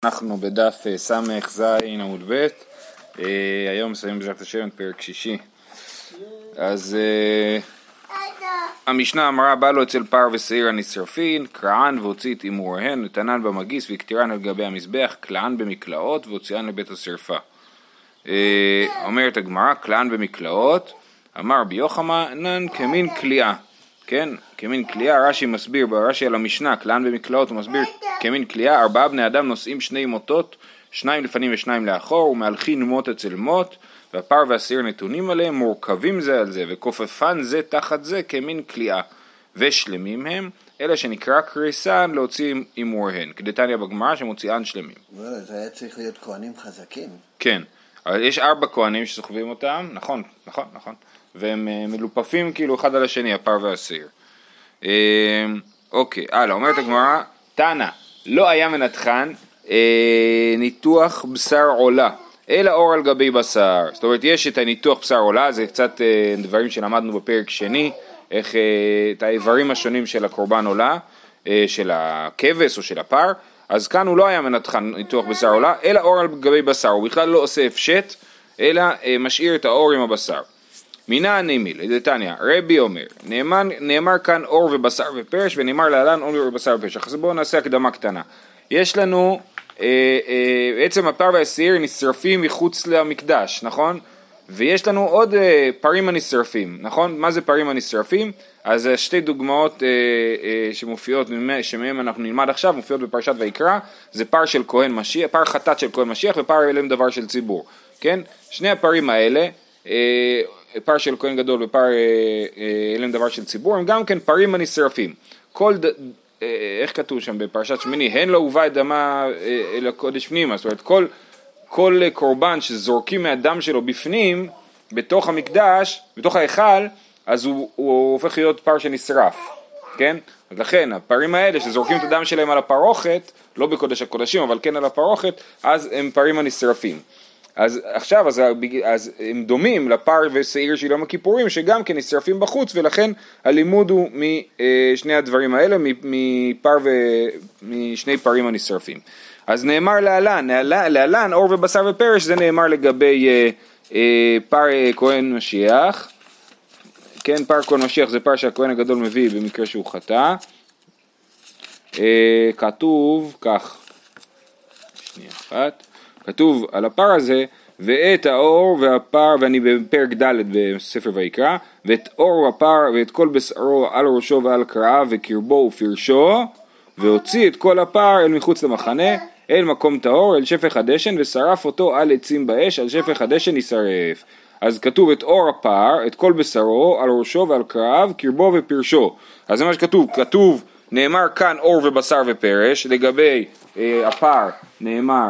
אנחנו בדף סמך זין עמוד ב', היום מסיים בעזרת השם פרק שישי. אז המשנה אמרה, בא לו אצל פר ושעיר הנשרפין, קרען והוציא את אימוריהן, נתנן במגיס והקטירן על גבי המזבח, קלען במקלעות והוציאן לבית השרפה. אומרת הגמרא, קלען במקלעות, אמר ביוחנן כמין קליעה. כן, כמין קליעה, רש"י מסביר, ברש"י על המשנה, קלען במקלעות, הוא מסביר כמין קליעה, 4 בני אדם נושאים 2 מוטות, 2 לפנים ו2 לאחור, ומהלכים מוט אצל מוט, והפר והשעיר נתונים עליהם, מורכבים זה על זה, וכופפן זה תחת זה כמין קליעה, ושלמים הם, אלה שנקרא קריסן להוציא אימוריהן, כדתניא בגמרא שמוציאן שלמים. זה היה צריך להיות כהנים חזקים. כן, אבל יש 4 כהנים שסוחבים אותם, נכון, והם מלופפים כאילו אחד על השני, הפר והשעיר. אוקיי, אומרת הגמרא, תנא, לא היה מנתחן ניתוח בשר עולה, אלא אור על גבי בשר. זאת אומרת, יש את הניתוח בשר עולה, זה קצת דברים שלמדנו בפרק שני, איך את האיברים השונים של הקורבן עולה, של הכבש או של הפר, אז כאן הוא לא היה מנתחן ניתוח בשר עולה, אלא אור על גבי בשר, הוא בכלל לא עושה הפשט, אלא משאיר את האור עם הבשר. מינה הנימי, לדתניא, רבי אומר, נאמר כאן אור ובשר ופרש, ונאמר להלן אור ובשר ופרש. אז בואו נעשה הקדמה קטנה. יש לנו, בעצם הפר והשעיר נשרפים מחוץ למקדש, נכון? ויש לנו עוד פרים הנשרפים, נכון? מה זה פרים הנשרפים? אז 2 דוגמאות שמופיעות, שמהם אנחנו נלמד עכשיו, מופיעות בפרשת ויקרא, זה פר של כהן משיח, פר חטאת של כהן משיח ופר אלם דבר של ציבור, כן? 2 הפרים האלה, פר של כהן גדול ופר אלם דבר של ציבור, הם גם כן פרים הנשרפים. איך כתוב שם בפרשת שמיני? הן לא הובא את דמה אל הקודש פנימה, זאת אומרת כל קורבן שזורקים מהדם שלו בפנים, בתוך המקדש, בתוך ההיכל, אז הוא הופך להיות פר שנשרף, כן? אז לכן הפרים האלה שזורקים את הדם שלהם על הפרוכת, לא בקודש הקודשים אבל כן על הפרוכת, אז הם פרים הנשרפים. אז עכשיו אז הם דומים לפר ושעיר של יום הכיפורים שגם כן נשרפים בחוץ, ולכן הלימוד הוא משני הדברים האלה, מפר ומשני פרים הנשרפים. אז נאמר להלן אור ובשר ופרש, זה נאמר לגבי פר כהן משיח. כן, פר כהן משיח זה פר שהכהן הגדול מביא במקרה שהוא חטא. כתוב כך, שנייה אחת, כתוב על הפר הזה, ואת האור והפר, ואני בפרק ד' בספר ויקרא, ואת אור הפר ואת כל בשרו על ראשו ועל קרעיו וקרבו ופרשו, והוציא את כל הפר אל מחוץ למחנה, אל מקום טהור, אל שפך הדשן, ושרף אותו על עצים באש, על שפך הדשן ישרף. אז כתוב את אור הפר, את כל בשרו, על ראשו ועל קרעיו, קרבו ופרשו. אז זה מה שכתוב, נאמר כאן אור ובשר ופרש, לגבי הפר נאמר,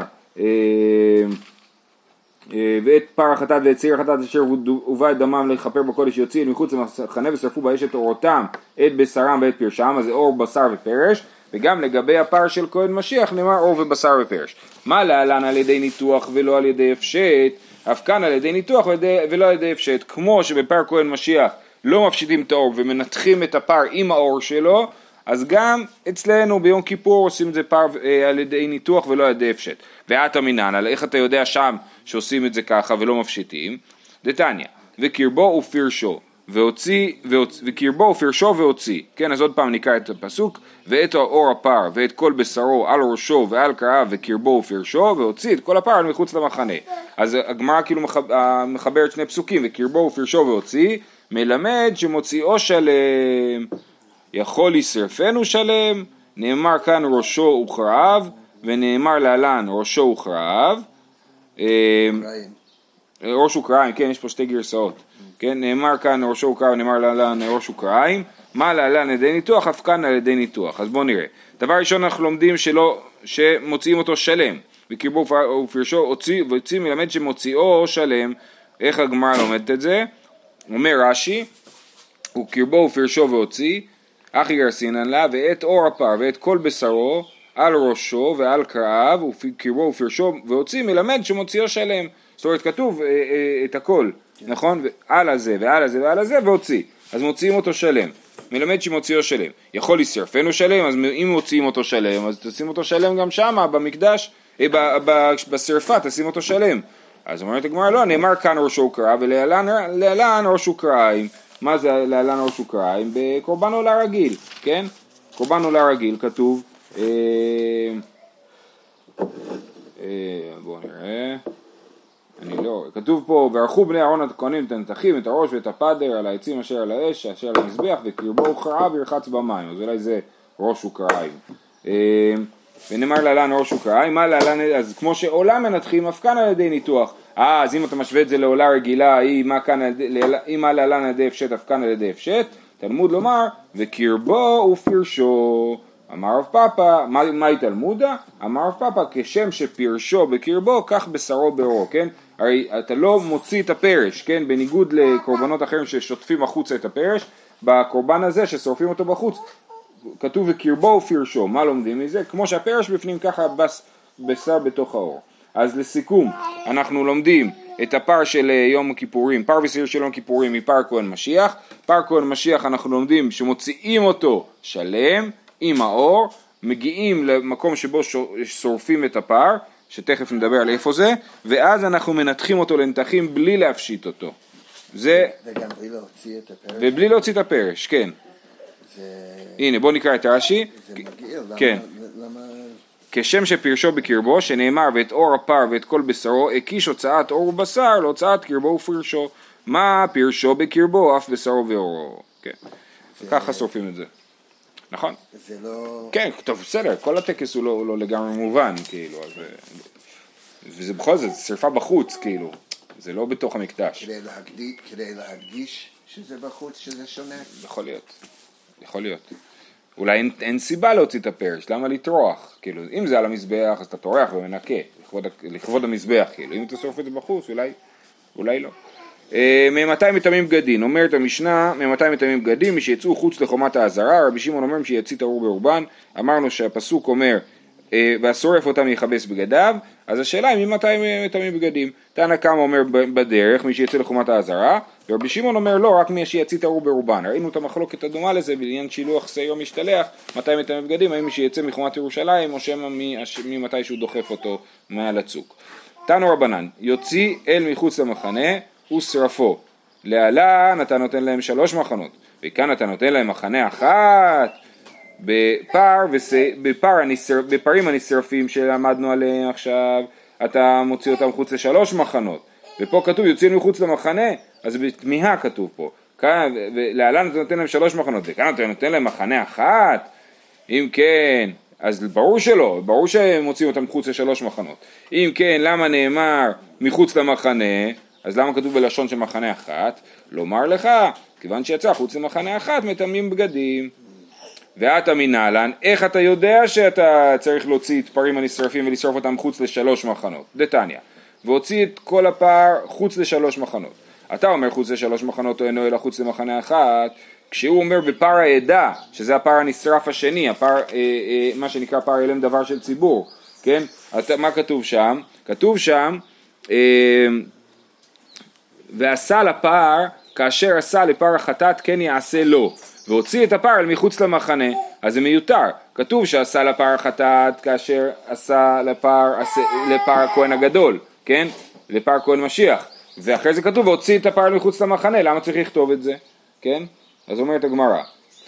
ואת פר החטאת ואת שעיר החטאת אשר הובא את דמם לכפר בקודש יוציא מחוץ למחנה ושרפו באש את אורותם, את בשרם ואת פרשם, אז זה אור בשר ופרש. וגם לגבי הפר של כהן משיח נאמר אור ובשר ופרש. מה להלן על ידי ניתוח ולא על ידי הפשט? אף כאן על ידי ניתוח ולא על ידי הפשט. כמו שבפר כהן משיח לא מפשיטים את האור ומנתחים את הפר עם האור שלו, אז גם אצלנו ביום כיפור עושים את זה פר על ידי ניתוח ולא על ידי הפשט. ואת אמינן, על איך אתה יודע שם שעושים את זה ככה ולא מפשיטים? דתניא, וקרבו ופרשו וקרבו ופרשו והוציא. כן, אז עוד פעם נקרא את הפסוק, ואת אור הפר ואת כל בשרו על ראשו ועל קרעיו וקרבו ופרשו והוציא את כל הפר מחוץ למחנה. אז הגמרא כאילו מחברת 2 פסוקים, וקרבו ופרשו והוציא, מלמד שמוציאו שלם. יכול לשרפנו שלם, נאמר כאן ראשו וקרעיו, ונאמר להלן ראשו וקרעיו, ראש וקרעיים, כן, יש פה 2 גרסאות. כן, נאמר כאן ראשו וקרעיים, נאמר להלן ראש וקרעיים. מה להלן על ידי ניתוח? אף כאן על ידי ניתוח. אז בואו נראה. דבר ראשון אנחנו לומדים שמוציאים אותו שלם. וקרבו ופרשו והוציא מלמד שמוציאו שלם. איך הגמרא לומדת את זה? אומר רש"י, וקרבו ופרשו והוציא, אחי גרסינן לה, ואת אור הפר ואת כל בשרו על ראשו ועל קרעיו וקרבו ופרשו והוציא מלמד שמוציאו שלם. זאת אומרת כתוב את הכל, נכון? על הזה ועל הזה ועל הזה והוציא. אז מוציאים אותו שלם. מלמד שמוציאו שלם. יכול לשרפנו שלם, אז אם מוציאים אותו שלם, אז תשים אותו שלם גם שמה במקדש, בשרפה תשים אותו שלם. אז אומרת הגמרא, לא, נאמר כאן ראשו קרע ולהלן ראשו קרעיים. מה זה להלן ראשו קרעיים? בקורבן עולה רגיל, כן? קורבן עולה רגיל כתוב, בואו נראה, כתוב פה, וערכו בני אהרון הכהנים את הנתחים, את הראש ואת הפדר על העצים אשר על האש, אשר על המזבח, וקרבו הוכרעה וירחץ במים. אז אולי זה ראש וקרעיים. ונאמר להלן ראש וקרעיים, מה להלן, אז כמו שעולה מנתחים, אף כאן על ידי ניתוח. אז אם אתה משווה את זה לעולה רגילה, היא מה להלן על ידי הפשט, אף כאן על ידי הפשט, תלמוד לומר, וקרבו ופרשו. אמר רב פאפא, מהי תלמודה? אמר רב פאפא, כשם שפרשו בקרבו, כך בשרו באורו, כן? הרי אתה לא מוציא את הפרש, כן? בניגוד לקורבנות אחרים ששוטפים החוצה את הפרש, בקורבן הזה ששורפים אותו בחוץ, כתוב וקרבו ופרשו. מה לומדים מזה? כמו שהפרש בפנים, ככה בשר בתוך האור. אז לסיכום, אנחנו לומדים את הפר של יום הכיפורים, פר ושעיר של יום הכיפורים מפר כהן משיח. פר כהן משיח אנחנו לומדים שמוציאים אותו שלם עם האור, מגיעים למקום שבו שורפים את הפר, שתכף נדבר על איפה זה, ואז אנחנו מנתחים אותו לנתחים בלי להפשיט אותו. זה... וגם בלי להוציא את הפרש? ובלי להוציא את הפרש, כן. זה... הנה, בוא נקרא את רש"י. זה מגעיל, כן. למה... כשם שפרשו בקרבו, שנאמר ואת אור הפר ואת כל בשרו, הקיש הוצאת אור ובשר להוצאת קרבו ופרשו. מה פרשו בקרבו, אף בשרו ואורו. כן. ככה שורפים את זה. נכון? זה לא... כן, טוב, בסדר, כל הטקס הוא לא לגמרי מובן, כאילו, אז... וזה בכל זאת, שרפה בחוץ, כאילו, זה לא בתוך המקדש. כדי להדגיש שזה בחוץ, שזה שונה? יכול להיות. אולי אין סיבה להוציא את הפרש, למה לטרוח? כאילו, אם זה על המזבח, אז אתה טורח ומנקה, לכבוד המזבח, כאילו, אם אתה שורף את זה בחוץ, אולי לא. ממתי מטמאים בגדים? אומרת המשנה, ממתי מטמאים בגדים? מי שיצאו חוץ לחומת העזרה, רבי שמעון אומר שיציא טהור ברובן. אמרנו שהפסוק אומר, והשורף אותם יכבס בגדיו, אז השאלה היא ממתי מטמאים בגדים? תנא קמא אומר בדרך, מי שיצא לחומת העזרה, ורבי שמעון אומר לא, רק מי שיציא טהור ברובן. ראינו את המחלוקת הדומה לזה בעניין שילוח שעיר משתלח, מתי מטמאים בגדים, האם מי שיצא מחומת ירושלים, או שמא ממתי שהוא דוחף אותו מעל הצוק. תנו רבנן, יוציא אל מחוץ למחנה, ושרפו. להלן אתה נותן להם 3 מחנות, וכאן אתה נותן להם מחנה אחת. בפרים הנשרפים שלמדנו עליהם עכשיו, אתה מוציא אותם חוץ ל3 מחנות, ופה כתוב יוצאים מחוץ למחנה, אז בתמיהה כתוב פה, כאן, להלן אתה נותן להם 3 מחנות, וכאן אתה נותן להם מחנה אחת. אם כן, אז ברור שלא, ברור שהם מוציאים אותם חוץ ל3 מחנות. אם כן, למה נאמר מחוץ למחנה? אז למה כתוב בלשון של מחנה אחת? לומר לך, כיוון שיצא חוץ למחנה אחת, מטמאים בגדים. ואתה מנהלן, איך אתה יודע שאתה צריך להוציא את פרים הנשרפים ולשרוף אותם חוץ ל3 מחנות? דתניא, והוציא את כל הפר חוץ ל3 מחנות. אתה אומר חוץ ל3 מחנות או אינו אלא חוץ למחנה אחת, כשהוא אומר בפר העדה, שזה הפר הנשרף השני, הפר, מה שנקרא פר אילם דבר של ציבור, כן? מה כתוב שם? כתוב שם, ועשה לפר כאשר עשה לפר החטאת כן יעשה לו, והוציא את הפר אל מחוץ למחנה. אז זה מיותר, כתוב שעשה לפר החטאת כאשר עשה לפר הכהן הגדול, כן? לפר כהן משיח, ואחרי זה כתוב והוציא את הפר אל מחוץ למחנה. למה צריך לכתוב את זה? כן? אז אומרת הגמרא,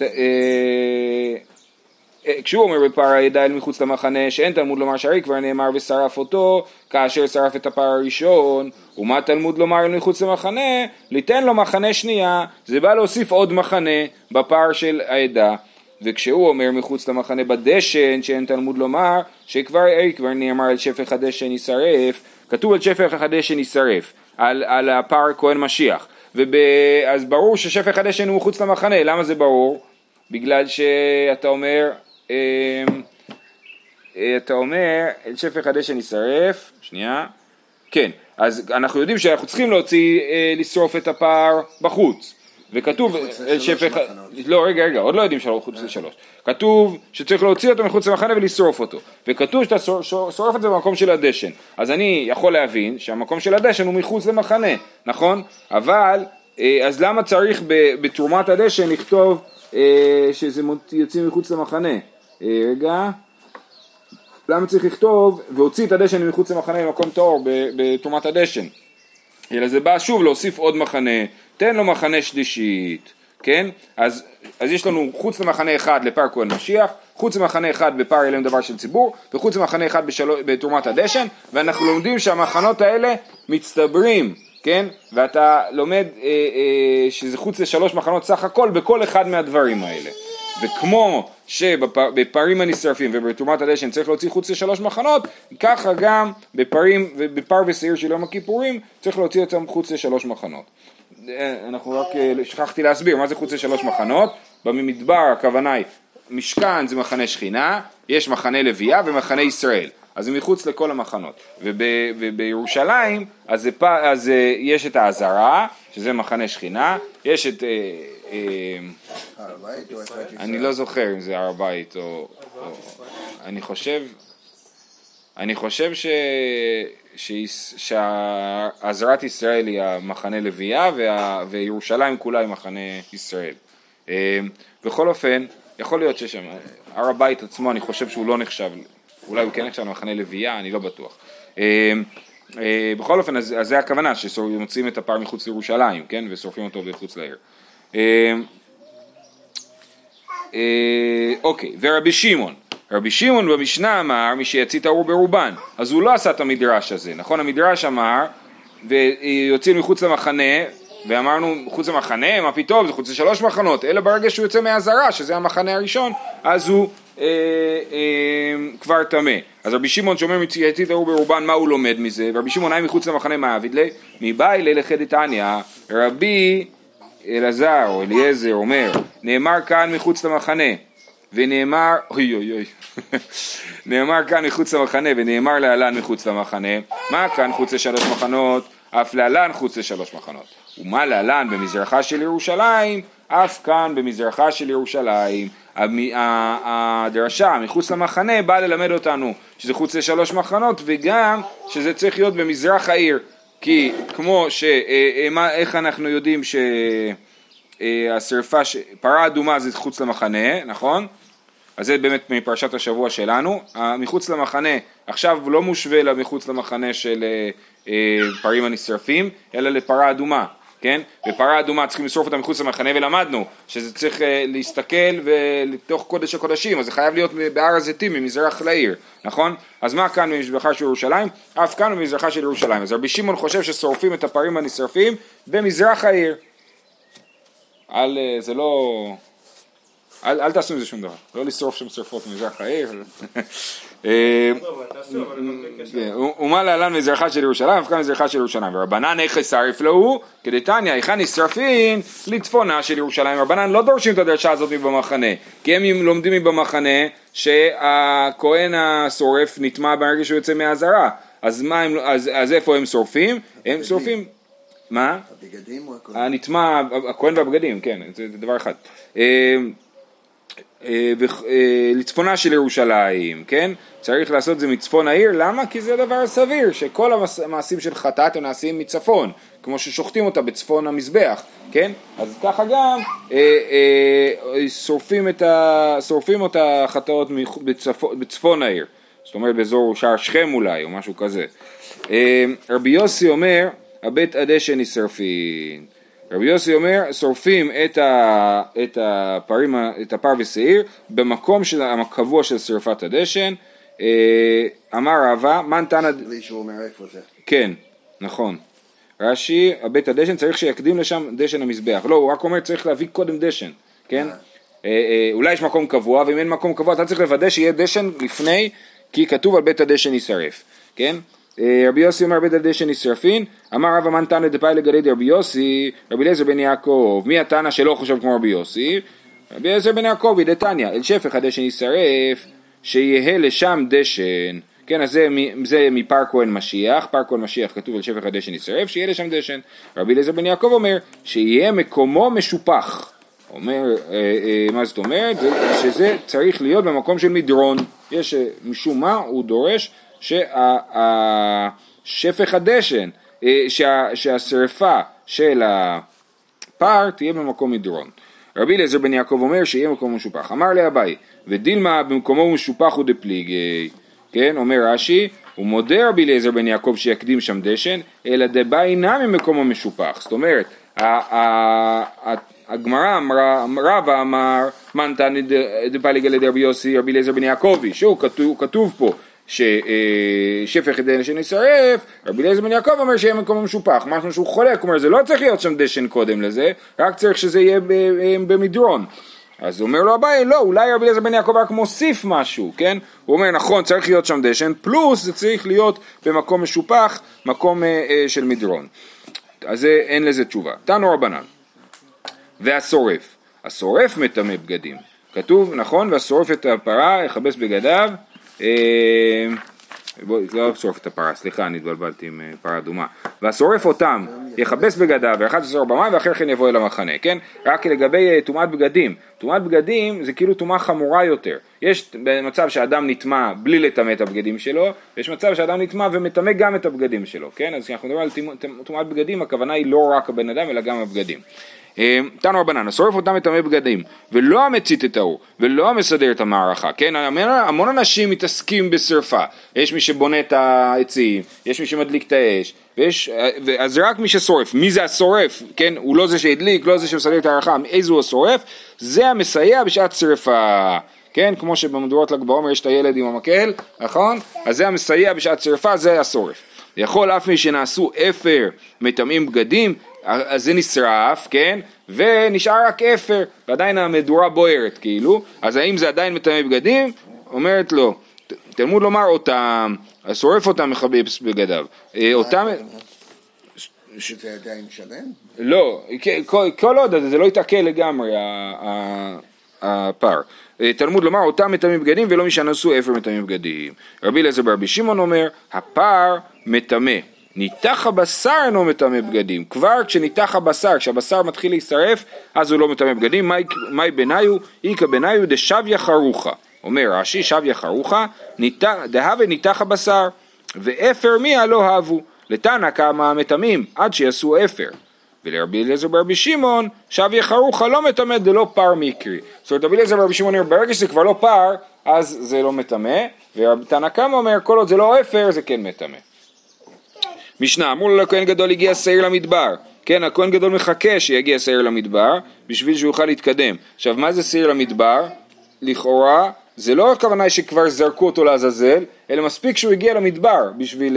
כשהוא אומר בפר העדה אל מחוץ למחנה, שאין תלמוד לומר שהרי כבר נאמר ושרף אותו כאשר שרף את הפר הראשון, ומה תלמוד לומר אל מחוץ למחנה? ליתן לו מחנה שנייה. זה בא להוסיף עוד מחנה בפר של העדה. וכשהוא אומר מחוץ למחנה בדשן, שאין תלמוד לומר שכבר נאמר על שפך הדשן יישרף, כתוב על שפך הדשן יישרף, על הפר כהן משיח, אז ברור ששפך הדשן הוא מחוץ למחנה. למה זה ברור? בגלל שאתה אומר אל שפך הדשן יישרף, שנייה, כן, אז אנחנו יודעים שאנחנו צריכים לשרוף את הפר בחוץ, וכתוב אל שפך, לא רגע, עוד לא יודעים חוץ ל3, כתוב שצריך להוציא אותו מחוץ למחנה ולשרוף אותו, וכתוב שאתה שורף את זה במקום של הדשן, אז אני יכול להבין שהמקום של הדשן הוא מחוץ למחנה, נכון? אבל, אז למה צריך בתרומת הדשן לכתוב שזה יוצאים מחוץ למחנה? רגע, למה צריך לכתוב והוציא את הדשן מחוץ למחנה למקום טהור בתרומת הדשן? אלא זה בא שוב להוסיף עוד מחנה, תן לו מחנה שלישית, כן? אז יש לנו חוץ למחנה אחד לפר כהן משיח, חוץ למחנה אחד בפר אלם דבר של ציבור, וחוץ למחנה אחד בתרומת הדשן, ואנחנו לומדים שהמחנות האלה מצטברים, כן? ואתה לומד שזה חוץ לשלוש מחנות סך הכל בכל אחד מהדברים האלה. וכמו שבפרים הנשרפים ובתרומת הדשן צריך להוציא חוץ לשלוש מחנות, ככה גם בפר ושעיר של יום הכיפורים צריך להוציא אותם חוץ לשלוש מחנות. אנחנו רק שכחתי להסביר מה זה חוץ לשלוש מחנות. במדבר הכוונה היא משכן זה מחנה שכינה, יש מחנה לוויה ומחנה ישראל, אז זה מחוץ לכל המחנות. ובירושלים אז יש את העזרה שזה מחנה שכינה, יש את אני לא זוכר אם זה הר הבית או אני חושב שעזרת ישראל היא המחנה לוויה וירושלים כולה היא מחנה ישראל. בכל אופן יכול להיות ששם הר הבית עצמו אני חושב שהוא לא נחשב, אולי הוא כן נחשב למחנה לוויה, אני לא בטוח. בכל אופן אז זה הכוונה שמוצאים את הפר מחוץ לירושלים, כן? ושורפים אותו בחוץ לעיר. אוקיי, ורבי שמעון במשנה אמר מי שיצית אור ברובן, אז הוא לא עשה את המדרש הזה, נכון? המדרש אמר ויוצאים מחוץ למחנה, ואמרנו חוץ למחנה, מה פתאום, זה חוץ לשלוש מחנות, אלא ברגע שהוא יוצא מהעזרה, שזה המחנה הראשון, אז הוא כבר טמא. אז רבי שמעון שאומר מצייתית אור ברובן, מה הוא לומד מזה? רבי שמעון היה מחוץ למחנה מעביד לי, מבאי ללכת איתניה, רבי אלעזר או אליעזר אומר, נאמר כאן מחוץ למחנה, ונאמר, נאמר כאן מחוץ למחנה, ונאמר להלן מחוץ למחנה, מה כאן חוץ לשלוש מחנות? אף להלן חוץ לשלוש מחנות. ומה להלן במזרחה של ירושלים? אף כאן במזרחה של ירושלים. הדרשה מחוץ למחנה באה ללמד אותנו שזה חוץ לשלוש מחנות, וגם שזה צריך להיות במזרח העיר. כי כמו איך אנחנו יודעים שהשרפה, פרה אדומה זה חוץ למחנה, נכון? אז זה באמת מפרשת השבוע שלנו. מחוץ למחנה עכשיו לא מושווה למחוץ למחנה של פרים הנשרפים, אלא לפרה אדומה, כן? בפרה אדומה צריכים לשרוף אותה מחוץ למחנה, ולמדנו שזה צריך להסתכל ולתוך קודש הקודשים, אז זה חייב להיות בהר הזיתים ממזרח לעיר, נכון? אז מה כאן במזרחה של ירושלים? אף כאן במזרחה של ירושלים. אז רבי שמעון חושב ששורפים את הפרים הנשרפים במזרח העיר. זה לא... אל תעשו מזה שום דבר, לא לשרוף שם שרפות במזרח העיר. ומה להלן מזרחה של ירושלים, אף כאן מזרחה של ירושלים. ורבנן איך שרף לו, כדתניא, היכן נשרפין לצפונה של ירושלים. רבנן לא דורשים את הדרשה הזאת מבמחנה, כי הם לומדים מבמחנה שהכהן השורף נטמע ברגע שהוא יוצא מהעזרה. אז איפה הם שורפים? הם שורפים... מה? הבגדים או הכהן? הנטמע, הכהן והבגדים, כן, זה דבר אחד. לצפונה של ירושלים, כן? צריך לעשות זה מצפון העיר, למה? כי זה דבר סביר, שכל המעשים של חטאת הם נעשים מצפון, כמו ששוחטים אותה בצפון המזבח, כן? אז ככה גם שורפים אותה חטאות בצפון העיר, זאת אומרת באזור שער שכם אולי, או משהו כזה. רבי יוסי אומר, הבית הדשן נשרפין. רבי יוסי אומר, שורפים את הפר ושעיר במקום הקבוע של שרפת הדשן. אמר רבא, מן תנא... בלי שהוא אומר איפה זה. כן, נכון. רש"י, הבית הדשן צריך שיקדים לשם דשן המזבח. לא, הוא רק אומר צריך להביא קודם דשן, כן? אולי יש מקום קבוע, ואם אין מקום קבוע אתה צריך לוודא שיהיה דשן לפני, כי כתוב על בית הדשן יישרף, כן? רבי יוסי אומר בית הדשן נשרפין, אמר רבא מן תנא דפאי לגדי רבי יוסי, רבי אליעזר בן יעקב, מי התנא שלא חושב כמו רבי יוסי? רבי אליעזר בן יעקב דתניא, אל שפך הדשן יישרף, שיהיה לשם דשן, כן, אז זה מפר כהן משיח, פר כהן משיח כתוב על שפך הדשן יישרף, שיהיה לשם דשן. רבי אליעזר בן יעקב אומר, שיהיה מקומו משופח. אומר, מה זאת אומרת? שזה צריך להיות במקום של מדרון. יש משום מה, הוא דורש ששפך הדשן, שהשרפה של הפר תהיה במקום מדרון. רבי אליעזר בן יעקב אומר שיהיה מקום משופח. אמר לאביי, ודילמה במקומו משופח הוא דפליגי, כן, אומר רש"י, הוא מודה רבי אליעזר בן יעקב שיקדים שם דשן, אלא דבאי נמי ממקום המשופח. זאת אומרת, הגמרא אמרה, רבא אמר, מנתן דפליגא לדרבי יוסי רבי אליעזר בן יעקבי, שהוא כתוב פה, ששפך את דשן ישרף, רבי אליעזר בן יעקב אומר שיהיה מקום המשופח, משהו שהוא חולק, הוא אומר זה לא צריך להיות שם דשן קודם לזה, רק צריך שזה יהיה במדרון. אז הוא אומר לו אביי, לא, אולי רבי אליעזר בן יעקב רק מוסיף משהו, כן? הוא אומר, נכון, צריך להיות שם דשן, פלוס זה צריך להיות במקום משופח, מקום של מדרון. אז אין לזה תשובה. תנו רבנן. והשורף. השורף מטמא בגדים. כתוב, נכון, והשורף את הפרה, יכבס בגדיו, לא שורף את הפרה, סליחה, אני התבלבלתי עם פרה אדומה. והשורף אותם, יכבס בגדיו, ואחד ששורף במים, ואחר כן יבוא אל המחנה, כן? רק לגבי טומאת בגדים. טומאת בגדים זה כאילו טומאה חמורה יותר. יש מצב שאדם נטמא בלי לטמא את הבגדים שלו, ויש מצב שאדם נטמא ומטמא גם את הבגדים שלו, כן? אז כשאנחנו מדברים על טומאת בגדים, הכוונה היא לא רק הבן אדם, אלא גם הבגדים. תנו רבנן, השורף אותם מטמא בגדים, ולא המצית את האור, ולא המסדר את המערכה, כן? המון אנשים מתעסקים בשרפה, יש מי שבונה את העצים, יש מי שמדליק את האש, אז רק מי ששורף, מי זה השורף, כן? הוא לא זה שהדליק, לא זה שמסדר את הערכה, איזו השורף? זה המסייע בשעת שרפה, כן? כמו שבמדורות ל"ג בעומר יש את הילד עם המקל, נכון? אז זה המסייע בשעת שרפה, זה השורף. יכול אף מי שנעשו אפר מטמאים בגדים, אז זה נשרף, כן? ונשאר רק אפר, ועדיין המדורה בוערת, כאילו. אז האם זה עדיין מטמא בגדים? אומרת לו, תלמוד לומר אותם, שורף אותם מכבס בגדיו. אותם... שזה עדיין שלם? לא, כל עוד זה לא יתעכל לגמרי, הפר. תלמוד לומר, אותם מטמאים בגדים ולא מי שנעשו אפר מטמאים בגדים. רבי אליעזר ברבי שמעון אומר, הפר מטמא. ניתח הבשר אינו מטמא בגדים, כבר כשניתח הבשר, כשהבשר מתחיל להישרף, אז הוא לא מטמא בגדים. מאי בניו, איקה בניו דשביה חרוכה. אומר רש"י, שביה חרוכה, דהווה ניתח הבשר, ואפר מיה לא אהבו, לתנא כמה מטמאים, עד שיעשו אפר. ולרבי אליעזר ברבי שמעון, שביה חרוכה לא מטמא דלא פר מקרי. זאת אומרת, רבי אליעזר ברבי שמעון אומר, ברגע שזה כבר לא פר, אז זה לא מטמא, ותנא כמה אומר, כל עוד זה לא אפר, זה כן מטמא. משנה, אמרו לו לכהן גדול הגיע שעיר למדבר, כן, הכהן גדול מחכה שיגיע שעיר למדבר, בשביל שהוא יוכל להתקדם. עכשיו, מה זה שעיר למדבר? לכאורה, זה לא הכוונה שכבר זרקו אותו לעזאזל, אלא מספיק שהוא הגיע למדבר, בשביל...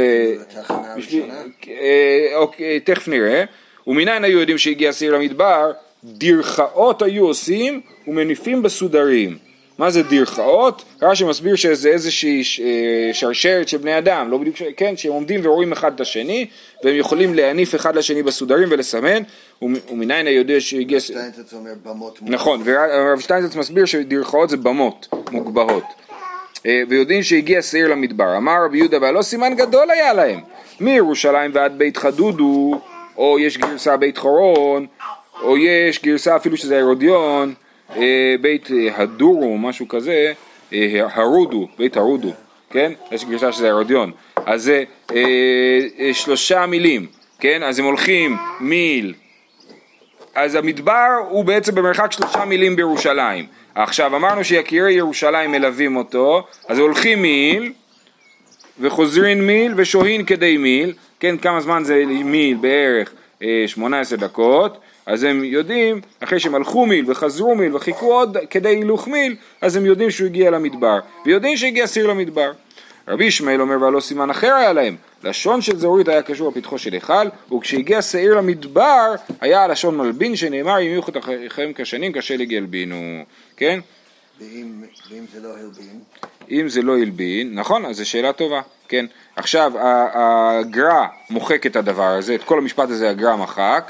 תכף נראה. ומניין היו יודעים שהגיע שעיר למדבר, דרכאות היו עושים ומניפים בסודרים. מה זה דרכאות? רש"י מסביר שזה איזושהי שרשרת של בני אדם, לא בדיוק, כן, שהם עומדים ורואים אחד את השני, והם יכולים להניף אחד לשני בסודרים ולסמן, ומניין היודע שהגיע... שטיינצץ אומר במות. נכון, והרב שטיינצץ מסביר שדרכאות זה במות מוגבהות. ויודעים שהגיע שעיר למדבר. אמר רבי יהודה, אבל לא סימן גדול היה להם. מירושלים ועד בית חדודו, או יש גרסה בית חורון, או יש גרסה אפילו שזה הרודיון, בית הדורו, משהו כזה, הרודו, בית הרודו, כן? יש גרסה שזה הרודיון. אז זה 3 מילים, כן? אז הם הולכים מיל. אז המדבר הוא בעצם במרחק 3 מילים בירושלים. עכשיו אמרנו שיקירי ירושלים מלווים אותו, אז הולכים מיל, וחוזרים מיל, ושוהים כדי מיל, כן? כמה זמן זה מיל? בערך 18 דקות. אז הם יודעים, אחרי שהם הלכו מיל וחזרו מיל וחיכו עוד כדי הילוך מיל, אז הם יודעים שהוא הגיע למדבר, ויודעים שהגיע שעיר למדבר. רבי ישמעאל אומר, ולא סימן אחר היה להם, לשון של זהורית היה קשור בפתחו של היכל, וכשהגיע שעיר למדבר, היה הלשון מלבין, שנאמר, אם יהיו חטאיכם כשנים, קשה לגלבינו, כן? ואם זה לא הלבין? אם זה לא הלבין, נכון, אז זו שאלה טובה, כן? עכשיו, הגר"א מוחק את הדבר הזה, את כל המשפט הזה הגר"א מחק,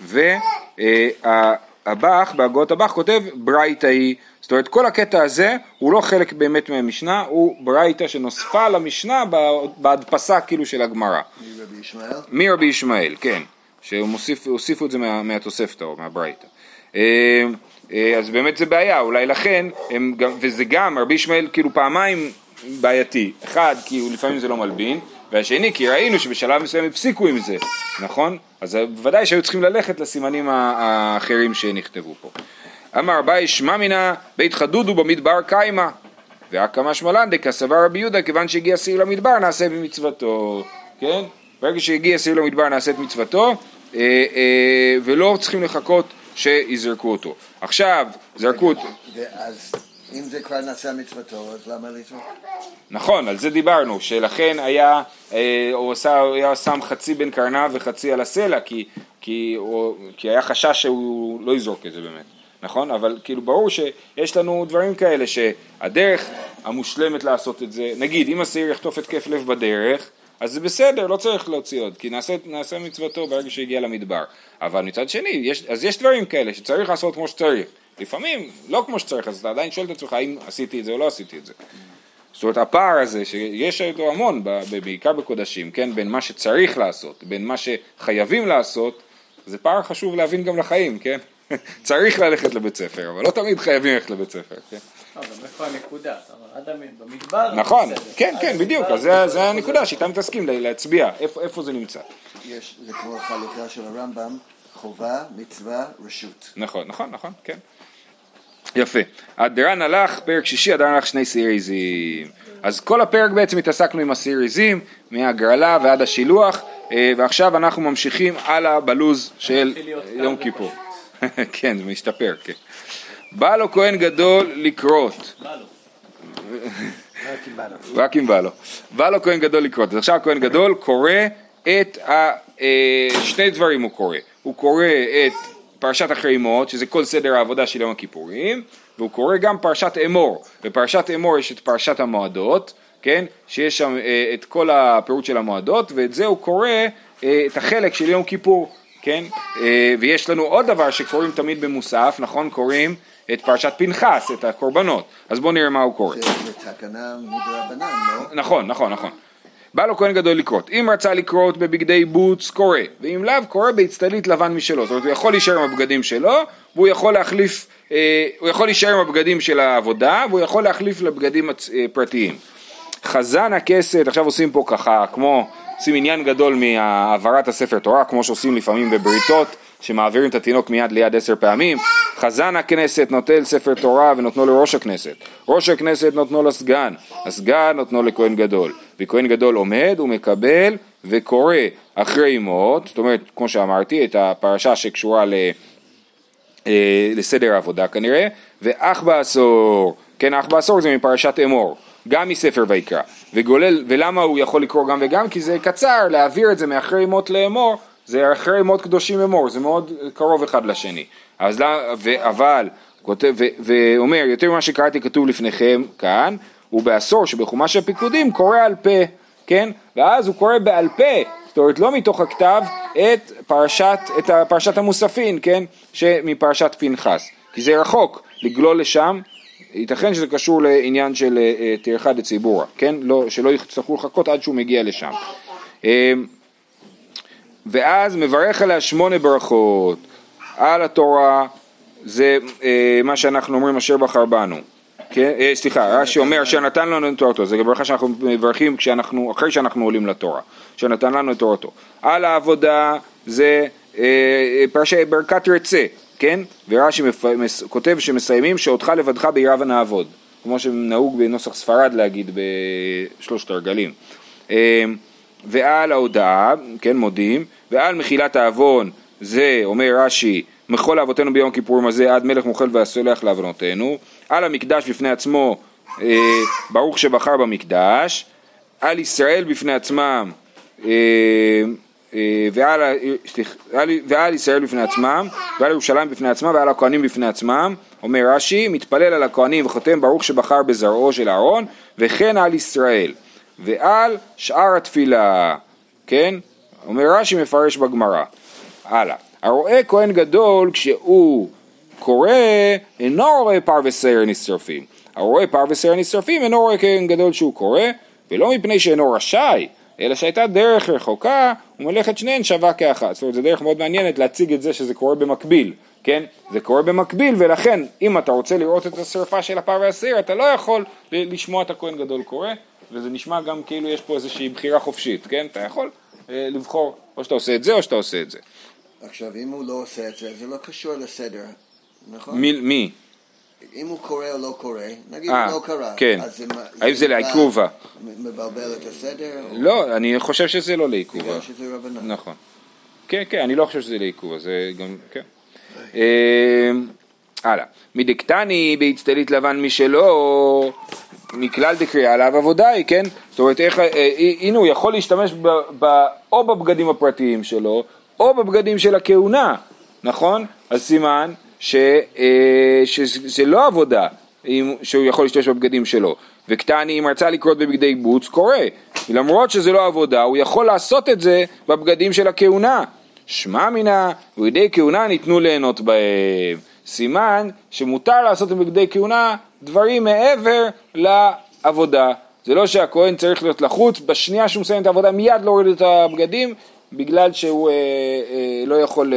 והבח, בהגות הבח כותב ברייתא היא, זאת אומרת כל הקטע הזה הוא לא חלק באמת מהמשנה, הוא ברייתא שנוספה למשנה בהדפסה כאילו של הגמרא. מרבי ישמעאל? מרבי ישמעאל, כן, שהוסיפו את זה מהתוספתא או מהברייתא. אז באמת זה בעיה, אולי לכן, וזה גם רבי ישמעאל כאילו פעמיים בעייתי, אחד כי לפעמים זה לא מלבין, והשני כי ראינו שבשלב מסוים הפסיקו עם זה, נכון? אז בוודאי שהיו צריכים ללכת לסימנים האחרים שנכתבו פה. אמר אביי שמע מינה בית חדודו במדבר קיימה, והקמה שמלן דקסבר רבי יהודה, כיוון שהגיע שעיר למדבר נעשה במצוותו, כן? ברגע שהגיע שעיר למדבר נעשה את מצוותו, ולא צריכים לחכות שיזרקו אותו. עכשיו, זרקו אותו. ואז אם זה כבר נעשה מצוותו, אז למה לזרוק? נכון, על זה דיברנו, שלכן היה, הוא היה שם חצי בין קרניו וחצי על הסלע, כי היה חשש שהוא לא יזרוק את זה באמת, נכון? אבל כאילו ברור שיש לנו דברים כאלה, שהדרך המושלמת לעשות את זה, נגיד, אם השעיר יחטוף התקף לב בדרך, אז זה בסדר, לא צריך להוציא עוד, כי נעשה מצוותו ברגע שהגיע למדבר. אבל מצד שני, אז יש דברים כאלה שצריך לעשות כמו שצריך. לפעמים לא כמו שצריך, אז אתה עדיין שואל את עצמך האם עשיתי את זה או לא עשיתי את זה. זאת אומרת, הפער הזה, שיש אותו המון, בעיקר בקודשים, כן, בין מה שצריך לעשות, בין מה שחייבים לעשות, זה פער חשוב להבין גם לחיים, כן? צריך ללכת לבית ספר, אבל לא תמיד חייבים ללכת לבית ספר, כן? גם איפה הנקודה? אדם במדבר... נכון, כן, כן, בדיוק, אז זה הנקודה שאיתה מתעסקים להצביע, איפה זה נמצא. זה כמו חלוקה של הרמב"ם, חובה, מצווה, רשות. נכון, כן. יפה. הדרן הלך, פרק שישי, הדרן הלך שני שעיר עזים. אז כל הפרק בעצם התעסקנו עם השעיר עזים, מהגרלה ועד השילוח, ועכשיו אנחנו ממשיכים הלאה בלוז של יום כיפור. כן, זה משתפר, כן. בא לו כהן גדול לקרות. רק אם בא לו. בא לו כהן גדול לקרות. אז עכשיו כהן גדול קורא את שני דברים הוא קורא. הוא קורא את פרשת אחרי מות, שזה כל סדר העבודה של יום הכיפורים, והוא קורא גם פרשת אמור. בפרשת אמור יש את פרשת המועדות, כן? שיש שם את כל הפירוט של המועדות, ואת זה הוא קורא את החלק של יום כיפור, כן? ויש לנו עוד דבר שקוראים תמיד במוסף, נכון? קוראים את פרשת פנחס, את הקורבנות. אז בואו נראה מה הוא קורא. זה תקנה מדרבנן, לא? נכון. בא לו כהן גדול לקרות. אם רצה לקרות בבגדי בוץ, קורא. ואם לאו, קורא בהצטלית לבן משלו. זאת אומרת, הוא יכול להישאר עם הבגדים שלו, והוא יכול להחליף, הוא יכול להישאר עם הבגדים של העבודה, והוא יכול להחליף לבגדים פרטיים. חזן הכסת, עכשיו עושים פה ככה, כמו, עושים עניין גדול מהעברת הספר תורה, כמו שעושים לפעמים בבריתות, שמעבירים את התינוק מיד ליד 10 פעמים. חזן הכנסת נוטל ספר תורה ונותנו לראש הכנסת. ראש הכנסת נותנו לסגן. הסגן נותנו לכהן גדול. וכהן גדול עומד ומקבל וקורא אחרי מות, זאת אומרת, כמו שאמרתי, את הפרשה שקשורה לסדר העבודה כנראה, ואח בעשור, כן, אח בעשור זה מפרשת אמור, גם מספר ויקרא, ולמה הוא יכול לקרוא גם וגם? כי זה קצר, להעביר את זה מאחרי מות לאמור, זה אחרי מות קדושים אמור, זה מאוד קרוב אחד לשני. אבל, ואומר, יותר ממה שקראתי כתוב לפניכם כאן, הוא בעשור שבחומש הפיקודים קורא על פה, כן? ואז הוא קורא בעל פה, זאת אומרת לא מתוך הכתב, את פרשת המוספין, כן? שמפרשת פנחס, כי זה רחוק לגלול לשם, ייתכן שזה קשור לעניין של טרחה דציבורה, כן? שלא יצטרכו לחכות עד שהוא מגיע לשם. ואז מברך עליה 8 ברכות על התורה, זה מה שאנחנו אומרים אשר בחר בנו, כן? סליחה, רש"י אומר אשר נתן לנו את תורתו, זה ברכה שאנחנו מברכים אחרי שאנחנו עולים לתורה, אשר נתן לנו את תורתו. על העבודה זה ברכת רצה, כן? ורש"י כותב שמסיימים שאותך לבדך ביראה ונעבוד, כמו שנהוג בנוסח ספרד להגיד בשלושת הרגלים. ועל ההודעה, כן, מודים, ועל מחילת העוון, זה אומר רש"י, מכל אבותינו ביום כיפורים הזה עד מלך מוחל והסולח לעוונותינו. על המקדש בפני עצמו, ברוך שבחר במקדש. על ישראל בפני עצמם, ועל ישראל בפני עצמם, ועל ירושלים בפני עצמם, ועל הכהנים בפני עצמם. אומר רש"י, מתפלל על הכהנים וחותם ברוך שבחר בזרעו של אהרון, וכן על ישראל. ועל שאר התפילה, כן? אומר רש"י מפרש בגמרא. הלאה. הרואה כהן גדול כשהוא קורא אינו רואה פר ושיער נשרפים. הרואה פר ושיער נשרפים אינו רואה כהן גדול שהוא קורא, ולא מפני שאינו רשאי, אלא שהייתה דרך רחוקה ומלאכת שניהן שווה כאחת. זאת אומרת, זה דרך מאוד מעניינת להציג את זה שזה קורה במקביל, כן? זה קורה במקביל, ולכן אם אתה רוצה לראות את השרפה של הפר והשיער, אתה לא יכול לשמוע את הכהן גדול קורא, וזה נשמע גם כאילו יש פה איזושהי בחירה חופשית, כן? אתה יכול לבחור, או שאתה עושה את זה או שאתה עושה את זה. עכשיו, אם הוא לא עושה את זה, זה לא קשור לסדר, נכון? מי? אם הוא קורא או לא קורא, נגיד הוא לא קרא. כן. האם זה לעיכובה? מבלבל את הסדר? לא, אני חושב שזה לא לעיכובה. בגלל שזה רבנן. נכון. כן, כן, אני לא חושב שזה לעיכובה, זה גם, כן. הלאה. מדקטני בהצטלית לבן משלו, מכלל דקריאה עליו עבודה היא, כן? זאת אומרת, הנה הוא יכול להשתמש או בבגדים הפרטיים שלו, או בבגדים של הכהונה, נכון? אז סימן שזה לא עבודה, שהוא יכול להשתמש בבגדים שלו. וקטני, אם רצה לקרות בבגדי בוץ, קורה. למרות שזה לא עבודה, הוא יכול לעשות את זה בבגדים של הכהונה. שמע מינה, בבגדי כהונה ניתנו ליהנות בהם. סימן שמותר לעשות בבגדי כהונה דברים מעבר לעבודה. זה לא שהכהן צריך להיות לחוץ, בשנייה שהוא מסיים את העבודה מיד להוריד את הבגדים, בגלל שהוא לא יכול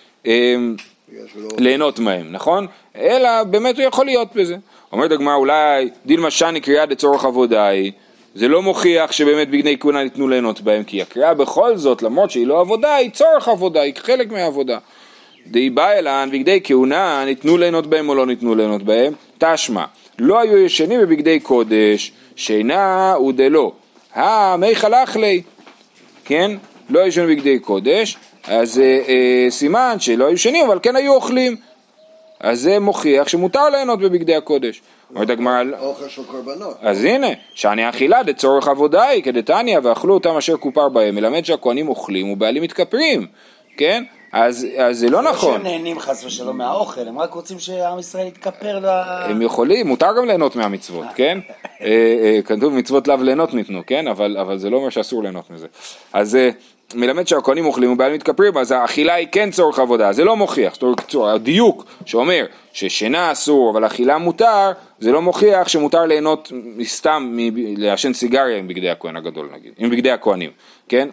ליהנות מהם, נכון? אלא באמת הוא יכול להיות בזה. אומרת הגמרא, אולי דילמה שני קריאה לצורך עבודה היא, זה לא מוכיח שבאמת בגדי כהונה ניתנו ליהנות בהם, כי הקריאה בכל זאת, למרות שהיא לא עבודה, היא צורך עבודה, היא חלק מהעבודה. די בא אלן, בגדי כהונה ניתנו ליהנות בהם או לא ניתנו ליהנות בהם, תשמע, לא היו ישנים בבגדי קודש, שינה ודלא, מי חלך לי, כן? לא היו ישנים בבגדי קודש, אז סימן שלא היו ישנים, אבל כן היו אוכלים, אז זה מוכיח שמותר ליהנות בבגדי הקודש. אוכל של קורבנות. אז הנה, שאני אכילה דצורך עבודה היא, כדתניא, ואכלו אותם אשר כופר בהם, מלמד שהכהנים אוכלים ובעלים מתכפרים, כן? אז זה לא נכון. שהם נהנים חס ושלום מהאוכל, הם רק רוצים שעם ישראל יתכפר הם יכולים, מותר גם ליהנות מהמצוות, כן? כתוב מצוות לאו ליהנות ניתנו, כן? אבל זה לא אומר שאסור ליהנות מזה. אז מלמד שהכהנים אוכלים ובעלים מתכפרים, אז האכילה היא כן צורך עבודה, זה לא מוכיח. זאת אומרת, הדיוק שאומר ששינה אסור, אבל אכילה מותר, זה לא מוכיח שמותר ליהנות סתם לעשן סיגריה עם בגדי הכהן הגדול, נגיד, עם בגדי הכהנים, כן?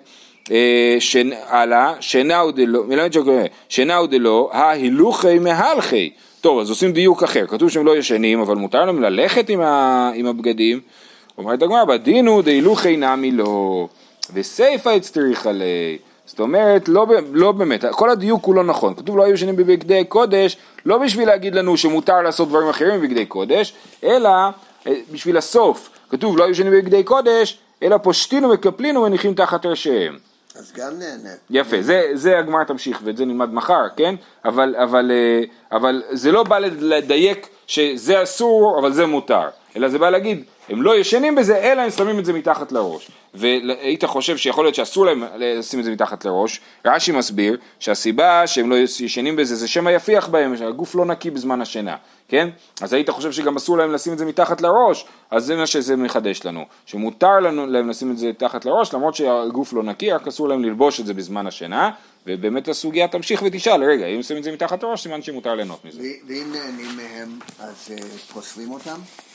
שינה ודלא, ההילוכי מהלכי. טוב, אז עושים דיוק אחר, כתוב שהם לא ישנים, אבל מותר להם ללכת עם הבגדים. אומרת הגמרא, בדינו דהילוכי נמי לא, וסייפה הצטריך עלי. זאת אומרת, לא באמת, כל הדיוק הוא לא נכון. כתוב לא היו ישנים בבגדי קודש, לא בשביל להגיד לנו שמותר לעשות דברים אחרים בבגדי קודש, אלא בשביל הסוף. כתוב לא היו ישנים בבגדי קודש, אלא פושטינו מקפלין ומניחים תחת ראשיהם. אז גם נהנה. יפה, זה הגמרא תמשיך, ואת זה נלמד מחר, כן? אבל זה לא בא לדייק שזה אסור, אבל זה מותר. אלא זה בא להגיד, הם לא ישנים בזה, אלא הם שמים את זה מתחת לראש. והיית חושב שיכול להיות שאסור להם לשים את זה מתחת לראש. רש"י מסביר שהסיבה שהם לא ישנים בזה, זה שמא יפיח בהם, שהגוף לא נקי בזמן השינה, כן? אז היית חושב שגם אסור להם לשים את זה מתחת לראש, אז זה מה שזה מחדש לנו. שמותר להם לשים את זה מתחת לראש, למרות שהגוף לא נקי, רק אסור להם ללבוש את זה בזמן השינה, ובאמת הסוגיה תמשיך ותשאל, רגע, אם שמים את זה מתחת לראש, סימן שמותר ליהנות מזה. ואם נהנים מהם, אז פוסלים אותם?